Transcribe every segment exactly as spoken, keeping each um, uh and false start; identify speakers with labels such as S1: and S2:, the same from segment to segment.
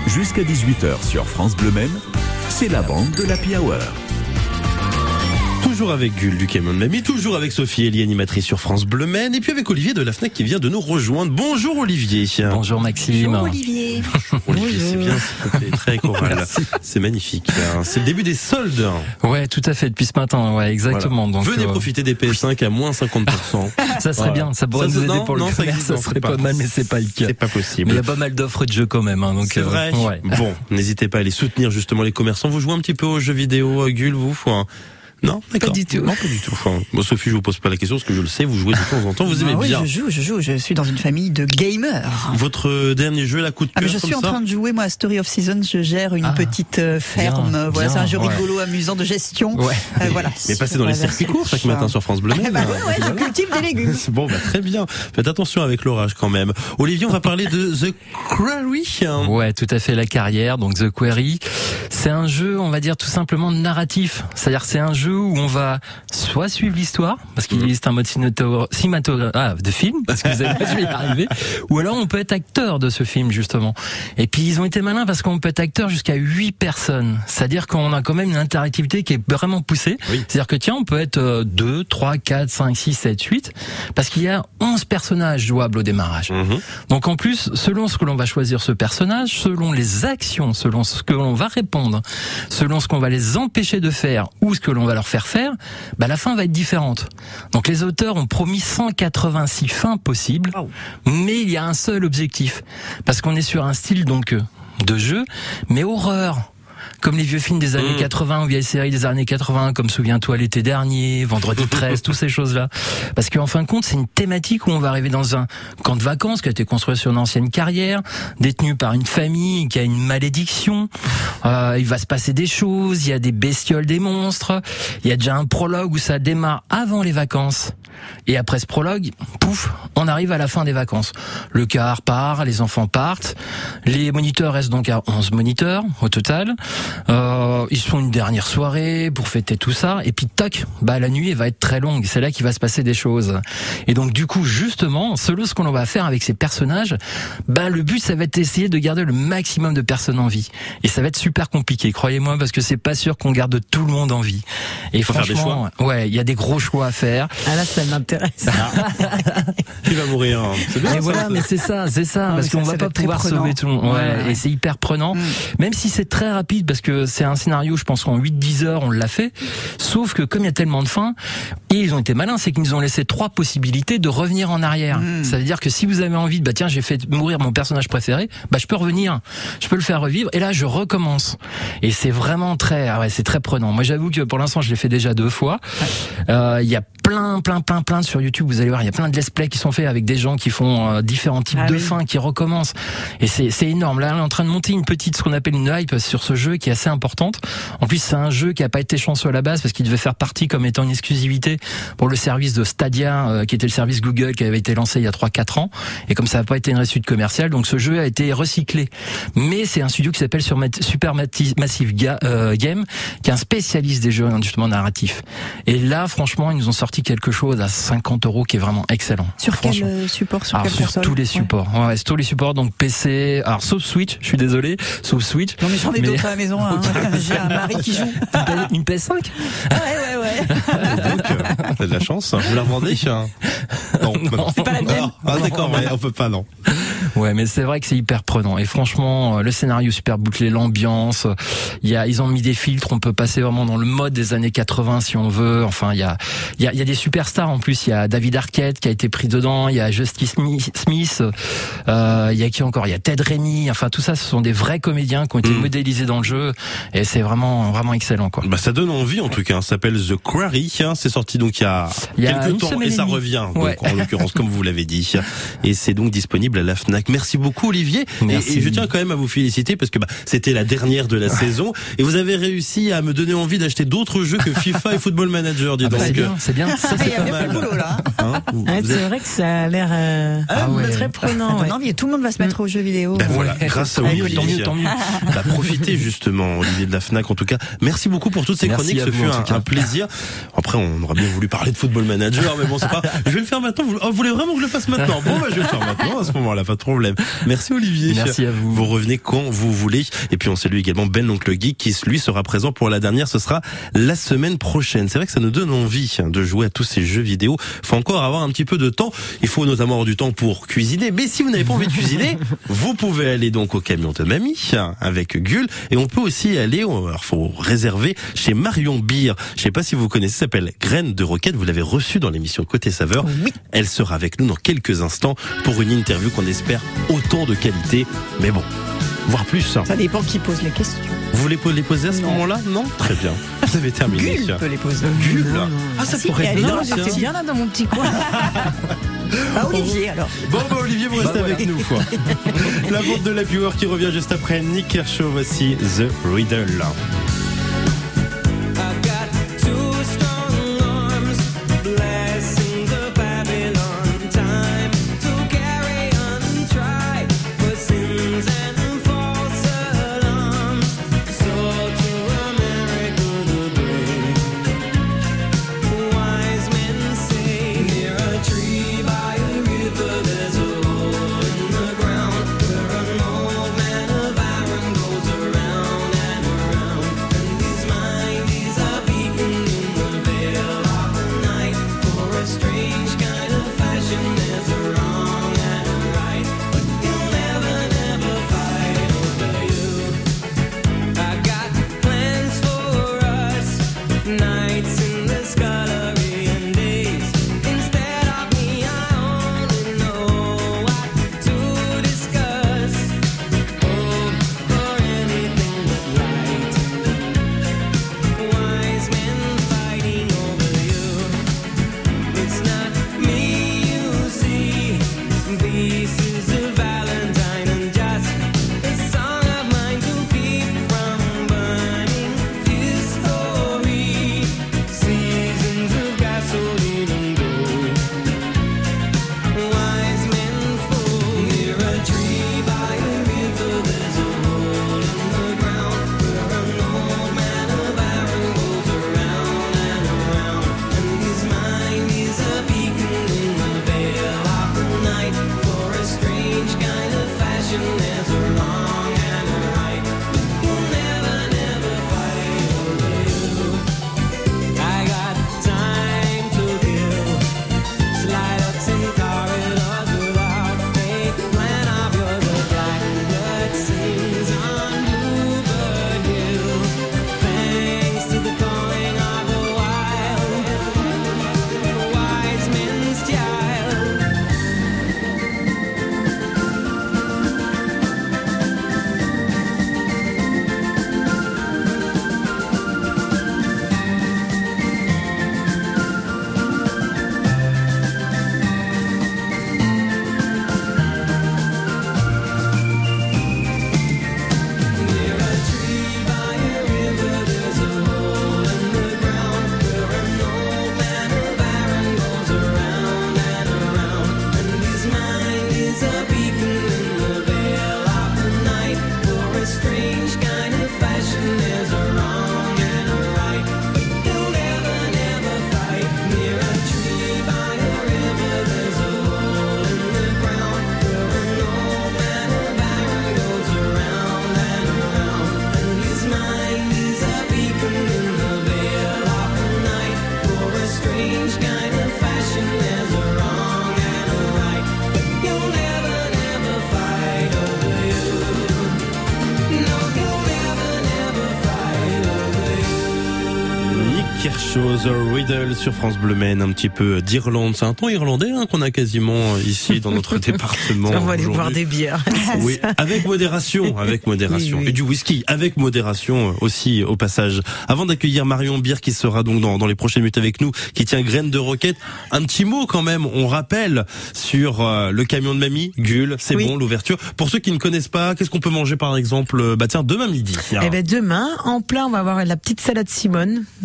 S1: Jusqu'à dix-huit heures sur France Bleu Maine, c'est la bande de l'Happy Hour.
S2: Toujours avec Gul du Camion de Mamie, toujours avec Sophie Elie, animatrice sur France Bleu Maine, et puis avec Olivier de la Fnac qui vient de nous rejoindre. Bonjour Olivier.
S3: Bonjour Maxime.
S4: Bonjour Olivier.
S2: Olivier, c'est bien, c'est très choral. C'est magnifique. C'est le début des soldes.
S3: Ouais, tout à fait, depuis ce matin, ouais, exactement.
S2: Voilà.
S3: Donc,
S2: venez
S3: euh...
S2: profiter des P S cinq à moins cinquante pour cent.
S3: Ça serait
S2: voilà.
S3: bien, ça pourrait ça, nous aider non, pour le non, commerce, ça, ça serait pas, pas mal, mais c'est pas le cas.
S2: C'est pas possible.
S3: Mais il y a pas mal d'offres de jeux quand même. Hein, donc,
S2: c'est
S3: euh,
S2: vrai.
S3: Ouais.
S2: Bon, n'hésitez pas à aller soutenir justement les commerçants. Vous jouez un petit peu aux jeux vidéo, Gul, vous hein. Non, d'accord.
S4: Pas du tout.
S2: Non, pas du tout. Enfin, moi, Sophie, je vous pose pas la question parce que je le sais, vous jouez de temps en temps, vous aimez
S4: ah oui,
S2: bien.
S4: je joue, je joue, je suis dans une famille de gamers.
S2: Votre dernier jeu, la coup de cœur,
S4: ah, mais je suis en
S2: ça
S4: train de jouer, moi, à Story of Seasons, je gère une ah, petite euh, ferme. Bien, voilà, bien, c'est un jeu ouais. rigolo, amusant de gestion.
S2: Ouais.
S4: Euh, voilà.
S2: Mais passez dans les circuits courts chaque matin sur France Bleu Maine.
S4: bah, ouais, ouais, je cultive des légumes.
S2: Bon, bah, très bien. Faites attention avec l'orage quand même. Olivier, on va parler de The Quarry.
S3: Ouais, tout à fait, la carrière, donc The Quarry. C'est un jeu, on va dire, tout simplement narratif. C'est-à-dire, c'est un jeu où on va soit suivre l'histoire, parce qu'il existe un mode cinématographique ah, de film, parce que vous avez pas dû y arriver, ou alors on peut être acteur de ce film, justement. Et puis ils ont été malins parce qu'on peut être acteur jusqu'à huit personnes. C'est-à-dire qu'on a quand même une interactivité qui est vraiment poussée. Oui. C'est-à-dire que tiens, on peut être deux, trois, quatre, cinq, six, sept, huit, parce qu'il y a onze personnages jouables au démarrage. Mm-hmm. Donc en plus, selon ce que l'on va choisir ce personnage, selon les actions, selon ce que l'on va répondre, selon ce qu'on va les empêcher de faire ou ce que l'on va leur faire faire, bah la fin va être différente. Donc les auteurs ont promis cent quatre-vingt-six fins possibles, oh. mais il y a un seul objectif, parce qu'on est sur un style donc de jeu, mais horreur. Comme les vieux films des années mmh. quatre-vingts ou vieilles séries des années quatre-vingts, comme Souviens-toi l'été dernier, Vendredi treize, toutes ces choses-là. Parce qu'en fin de compte, c'est une thématique où on va arriver dans un camp de vacances qui a été construit sur une ancienne carrière, détenu par une famille qui a une malédiction. Euh, il va se passer des choses, il y a des bestioles, des monstres. Il y a déjà un prologue où ça démarre avant les vacances. Et après ce prologue, pouf, on arrive à la fin des vacances. Le car part, les enfants partent, les moniteurs restent donc à onze moniteurs au total. Euh, ils se font une dernière soirée pour fêter tout ça, et puis toc, bah la nuit elle va être très longue. C'est là qu'il va se passer des choses. Et donc du coup, justement, selon ce qu'on va faire avec ces personnages, bah le but ça va être d'essayer de garder le maximum de personnes en vie. Et ça va être super compliqué, croyez-moi, parce que c'est pas sûr qu'on garde tout le monde en vie. Et il faut faire des choix. Ouais, il y a des gros choix à faire.
S4: Ah là, ça m'intéresse.
S2: Qui va mourir hein. C'est bien.
S3: Et
S2: ça,
S3: voilà,
S2: ça.
S3: mais c'est ça, c'est ça, ah, parce qu'on va pas pouvoir sauver tout le monde. Ouais, ouais, ouais. Et c'est hyper prenant, mm. même si c'est très rapide, parce que c'est un scénario, je pense qu'en huit dix heures, on l'a fait. Sauf que comme il y a tellement de fins, et ils ont été malins, c'est qu'ils nous ont laissé trois possibilités de revenir en arrière. Mm. Ça veut dire que si vous avez envie de, bah tiens, j'ai fait mourir mon personnage préféré, bah je peux revenir, je peux le faire revivre, et là je recommence. Et c'est vraiment très, ah ouais, c'est très prenant. Moi, j'avoue que pour l'instant, je l'ai fait déjà deux fois. Il euh, y a plein, plein, plein, plein sur YouTube. Vous allez voir, il y a plein de let's play qui sont faits avec des gens qui font euh, différents types ah, de oui. fins, qui recommencent. Et c'est, c'est énorme. Là, on est en train de monter une petite, ce qu'on appelle une hype sur ce jeu qui est assez importante. En plus, c'est un jeu qui a pas été chanceux à la base parce qu'il devait faire partie comme étant une exclusivité pour le service de Stadia, euh, qui était le service Google qui avait été lancé il y a trois quatre ans. Et comme ça n'a pas été une réussite commerciale, donc ce jeu a été recyclé. Mais c'est un studio qui s'appelle Supermassive euh, Game, qui est un spécialiste des jeux justement narratifs. Et là, franchement, ils nous ont sorti quelque chose à cinquante euros qui est vraiment excellent.
S4: Sur quel euh, support, sur
S3: alors,
S4: quelle
S3: sur
S4: console
S3: tous les supports. Ouais. Ouais, sur tous les supports, donc P C, alors sauf Switch, je suis désolé, sauf Switch.
S4: Non mais j'en ai mais... d'autres à la maison, hein. J'ai un mari qui joue.
S3: Une P S cinq.
S4: Ouais, ouais, ouais.
S2: Donc, euh, t'as de la chance, vous la vendez hein. Non,
S3: non,
S2: non.
S4: C'est pas la mienne.
S2: Ah, ah d'accord, mais on peut pas, non.
S3: Ouais, mais c'est vrai que c'est hyper prenant. Et franchement, le scénario super bouclé, l'ambiance, il y a, ils ont mis des filtres, on peut passer vraiment dans le mode des années quatre-vingts si on veut. Enfin, il y a, il y a, il y a des superstars en plus. Il y a David Arquette qui a été pris dedans, il y a Justice Smith, euh, il y a qui encore? Il y a Ted Remy. Enfin, tout ça, ce sont des vrais comédiens qui ont été mmh. modélisés dans le jeu. Et c'est vraiment, vraiment excellent, quoi.
S2: Bah, ça donne envie, en tout cas. Ça s'appelle The Quarry. Hein. C'est sorti donc il y a, il y a quelques temps et ça revient. Ouais. Donc, en l'occurrence, comme vous l'avez dit. Et c'est donc disponible à la Fnac. Merci beaucoup, Olivier. Merci. Et, et je tiens quand même à vous féliciter parce que bah, c'était la dernière de la saison et vous avez réussi à me donner envie d'acheter d'autres jeux que FIFA et Football Manager. Dis
S3: ah bah
S2: donc.
S3: C'est bien, c'est bien.
S4: Ça, c'est pas mal. Boulot, là.
S5: Hein vous, ah, vous c'est êtes... vrai que ça a l'air euh, ah ouais. très prenant. Ouais.
S4: Envie, tout le monde va se mettre mmh. aux jeux vidéo.
S2: Ben voilà, grâce à Olivier.
S3: Tant mieux, tant mieux.
S2: Bah, profitez justement, Olivier de la Fnac. En tout cas, merci beaucoup pour toutes ces
S3: merci
S2: chroniques. Ce fut un, un plaisir. dire. Après, on aurait bien voulu parler de Football Manager, mais bon, c'est pas. Je vais le faire maintenant. Vous, oh, vous voulez vraiment que je le fasse maintenant? Bon, bah, je vais le faire maintenant à ce moment-là, pas de problème. Merci Olivier.
S3: Merci à vous.
S2: Vous revenez quand vous voulez. Et puis on salue également Ben l'oncle Geek qui lui sera présent pour la dernière. Ce sera la semaine prochaine. C'est vrai que ça nous donne envie de jouer à tous ces jeux vidéo. Faut encore avoir un petit peu de temps. Il faut notamment avoir du temps pour cuisiner. Mais si vous n'avez pas envie de cuisiner, vous pouvez aller donc au camion de mamie avec Gull. Et on peut aussi aller, alors faut réserver chez Marion Beer. Je sais pas si vous connaissez, ça s'appelle Graines de Roquette. Vous l'avez reçue dans l'émission Côté Saveur.
S4: Oui.
S2: Elle sera avec nous dans quelques instants pour une interview qu'on espère autant de qualité. Mais bon, voire plus.
S4: Ça dépend qui pose les questions.
S2: Vous voulez les poser à ce moment-là? Non? Très bien. Vous avez terminé.
S4: Gull peut les poser.
S2: Gull.
S4: Ah, ça ah, pourrait si, être bien.
S5: J'étais bien là dans mon petit coin.
S4: Ah, Olivier alors.
S2: Bon bah Olivier, vous restez bah, avec
S4: voilà.
S2: nous quoi. La vente de la Viewer qui revient juste après Nick Kershaw. Voici The Riddle. Kershaw, The Riddle sur France Bleu Maine, un petit peu d'Irlande. C'est un ton irlandais hein, qu'on a quasiment ici dans notre département.
S5: On va aller boire des bières.
S2: Oui, avec modération, avec modération. Oui, oui. Et du whisky, avec modération aussi au passage. Avant d'accueillir Marion Beer qui sera donc dans, dans les prochaines minutes avec nous, qui tient Graines de Roquette. Un petit mot quand même, on rappelle sur euh, le camion de mamie, Gull, c'est oui. bon, l'ouverture. Pour ceux qui ne connaissent pas, qu'est-ce qu'on peut manger par exemple, bah tiens, demain midi.
S5: Eh ben demain, en plat, on va avoir la petite salade Simone avec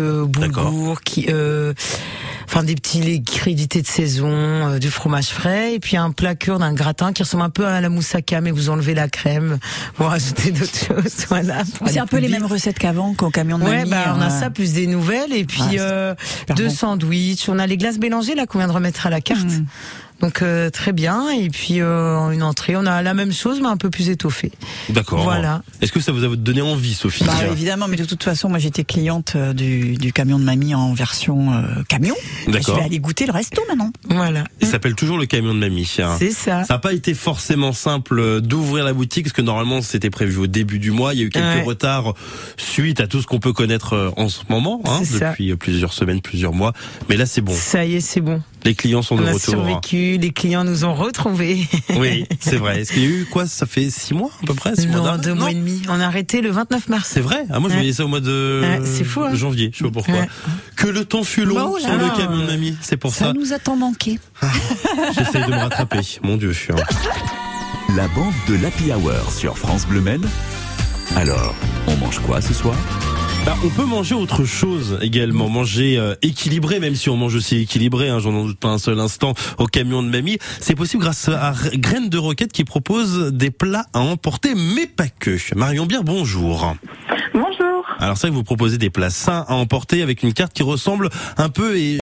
S5: euh, boulgour, qui, euh, enfin des petits laits crédités de saison, euh, du fromage frais, et puis un plat kurde, un gratin qui ressemble un peu à la moussaka, mais vous enlevez la crème, vous rajoutez d'autres choses. Voilà.
S4: C'est un peu les mêmes recettes qu'avant, qu'au camion de mamie.
S5: Ouais, bah, on a
S4: euh...
S5: ça plus des nouvelles, et puis ah, euh, deux bon. sandwichs. On a les glaces mélangées là qu'on vient de remettre à la carte. Mmh. Donc euh, très bien, et puis euh, une entrée, on a la même chose mais un peu plus étoffée.
S2: D'accord.
S5: Voilà.
S2: Est-ce que ça vous a donné envie, Sophie?
S4: Bah, évidemment, mais de toute façon, moi j'étais cliente du, du camion de mamie en version euh, camion.
S2: D'accord.
S4: Je vais aller goûter le resto maintenant.
S5: Voilà.
S2: Il s'appelle toujours le camion de mamie. Hein.
S5: C'est ça.
S2: Ça n'a pas été forcément simple d'ouvrir la boutique parce que normalement c'était prévu au début du mois. Il y a eu quelques ouais. retards suite à tout ce qu'on peut connaître en ce moment, hein, depuis ça. plusieurs semaines, plusieurs mois. Mais là c'est bon.
S5: Ça y est, c'est bon.
S2: Les clients sont
S5: on
S2: de
S5: a
S2: retour.
S5: Survécu, les clients nous ont retrouvés.
S2: Oui, c'est vrai. Est-ce qu'il y a eu quoi? Ça fait six mois à peu près? Six
S5: non,
S2: mois
S5: deux mois et demi. On a arrêté le vingt-neuf mars.
S2: C'est vrai? Ah, moi je ouais. voyais ça au mois de
S5: ouais, c'est fou, hein.
S2: janvier. Je sais pas pourquoi. Ouais. Que le temps fut long bon, sur le camion de mamie. C'est pour ça.
S4: Ça nous a tant manqué.
S2: J'essaye de me rattraper. Mon Dieu.
S1: La bande de l'Happy Hour sur France Bleu Maine. Alors, on mange quoi ce soir?
S2: Bah, on peut manger autre chose également, manger euh, équilibré, même si on mange aussi équilibré, hein, j'en doute pas un seul instant, au camion de mamie. C'est possible grâce à Graines de Roquette qui propose des plats à emporter, mais pas que. Marion Bière, bonjour.
S6: Bonjour.
S2: Alors c'est vrai que vous proposez des plats sains à emporter avec une carte qui ressemble un peu et